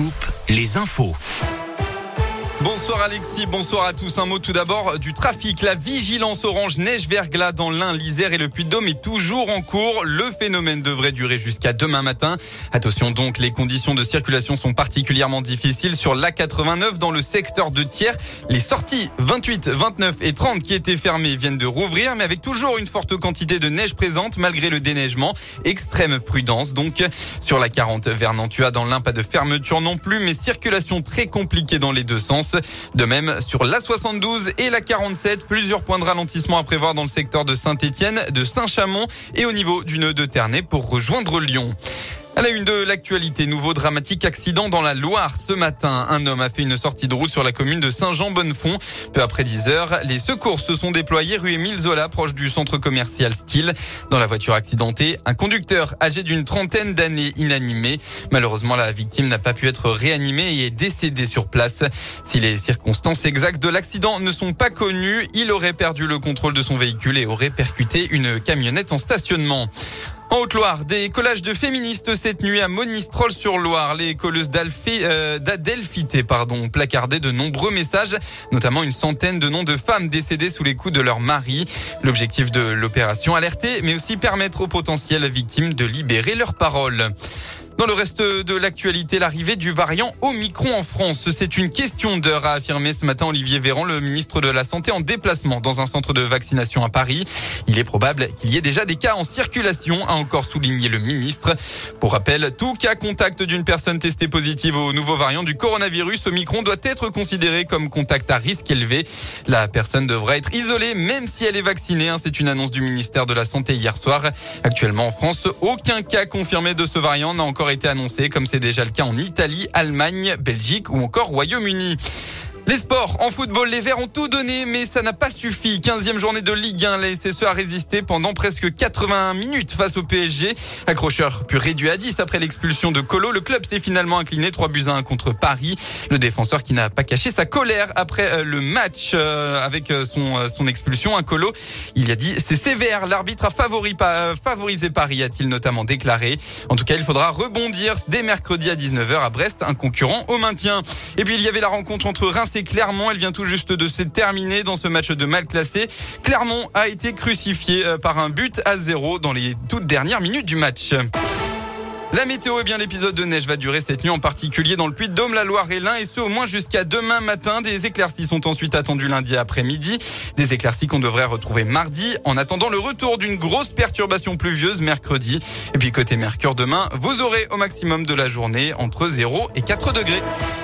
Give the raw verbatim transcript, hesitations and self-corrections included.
Scoop, les infos. Bonsoir Alexis, bonsoir à tous. Un mot tout d'abord du trafic. La vigilance orange neige-verglas dans l'Ain, l'Isère et le Puy-de-Dôme est toujours en cours. Le phénomène devrait durer jusqu'à demain matin. Attention donc, les conditions de circulation sont particulièrement difficiles sur l'A quatre-vingt-neuf dans le secteur de Thiers. Les sorties vingt-huit, vingt-neuf et trente qui étaient fermées viennent de rouvrir, mais avec toujours une forte quantité de neige présente malgré le déneigement. Extrême prudence donc. Sur la quarante vers Nantua dans l'Ain, pas de fermeture non plus, mais circulation très compliquée dans les deux sens. De même, sur l'A soixante-douze et la quarante-sept, plusieurs points de ralentissement à prévoir dans le secteur de Saint-Étienne, de Saint-Chamond et au niveau du nœud de Ternay pour rejoindre Lyon. À la une de l'actualité, nouveau dramatique accident dans la Loire ce matin. Un homme a fait une sortie de route sur la commune de Saint-Jean-Bonnefond. Peu après dix heures, les secours se sont déployés rue Émile Zola, proche du centre commercial Style. Dans la voiture accidentée, un conducteur âgé d'une trentaine d'années inanimé. Malheureusement, la victime n'a pas pu être réanimée et est décédée sur place. Si les circonstances exactes de l'accident ne sont pas connues, il aurait perdu le contrôle de son véhicule et aurait percuté une camionnette en stationnement. En Haute-Loire, des collages de féministes cette nuit à Monistrol-sur-Loire. Les colleuses d'Alphé, euh, d'Adelphité, pardon, ont placardé de nombreux messages, notamment une centaine de noms de femmes décédées sous les coups de leur mari. L'objectif de l'opération, alerter, mais aussi permettre aux potentielles victimes de libérer leurs paroles. Dans le reste de l'actualité, l'arrivée du variant Omicron en France. C'est une question d'heure, a affirmé ce matin Olivier Véran, le ministre de la Santé, en déplacement dans un centre de vaccination à Paris. Il est probable qu'il y ait déjà des cas en circulation, a encore souligné le ministre. Pour rappel, tout cas contact d'une personne testée positive au nouveau variant du coronavirus Omicron doit être considéré comme contact à risque élevé. La personne devra être isolée même si elle est vaccinée. C'est une annonce du ministère de la Santé hier soir. Actuellement en France, aucun cas confirmé de ce variant n'a encore été annoncé, comme c'est déjà le cas en Italie, Allemagne, Belgique ou encore Royaume-Uni. Les sports, en football, les Verts ont tout donné, mais ça n'a pas suffi. quinzième journée de Ligue un, la S S E a résisté pendant presque quatre-vingts minutes face au P S G. Accrocheur puis réduit à dix après l'expulsion de Colo, le club s'est finalement incliné trois buts à un contre Paris. Le défenseur qui n'a pas caché sa colère après le match avec son, son expulsion, un Colo. Il y a dit, c'est sévère, l'arbitre a favori, favorisé Paris, a-t-il notamment déclaré. En tout cas, il faudra rebondir dès mercredi à dix-neuf heures à Brest, un concurrent au maintien. Et puis il y avait la rencontre entre Reims et Clermont, elle vient tout juste de se terminer dans ce match de mal classé. Clermont a été crucifié par un but à zéro dans les toutes dernières minutes du match. La météo, eh bien, l'épisode de neige va durer cette nuit, en particulier dans le Puy-de-Dôme, la Loire et l'Ain, et ce au moins jusqu'à demain matin. Des éclaircies sont ensuite attendues lundi après-midi. Des éclaircies qu'on devrait retrouver mardi, en attendant le retour d'une grosse perturbation pluvieuse mercredi. Et puis côté Mercure, demain, vous aurez au maximum de la journée entre zéro et quatre degrés.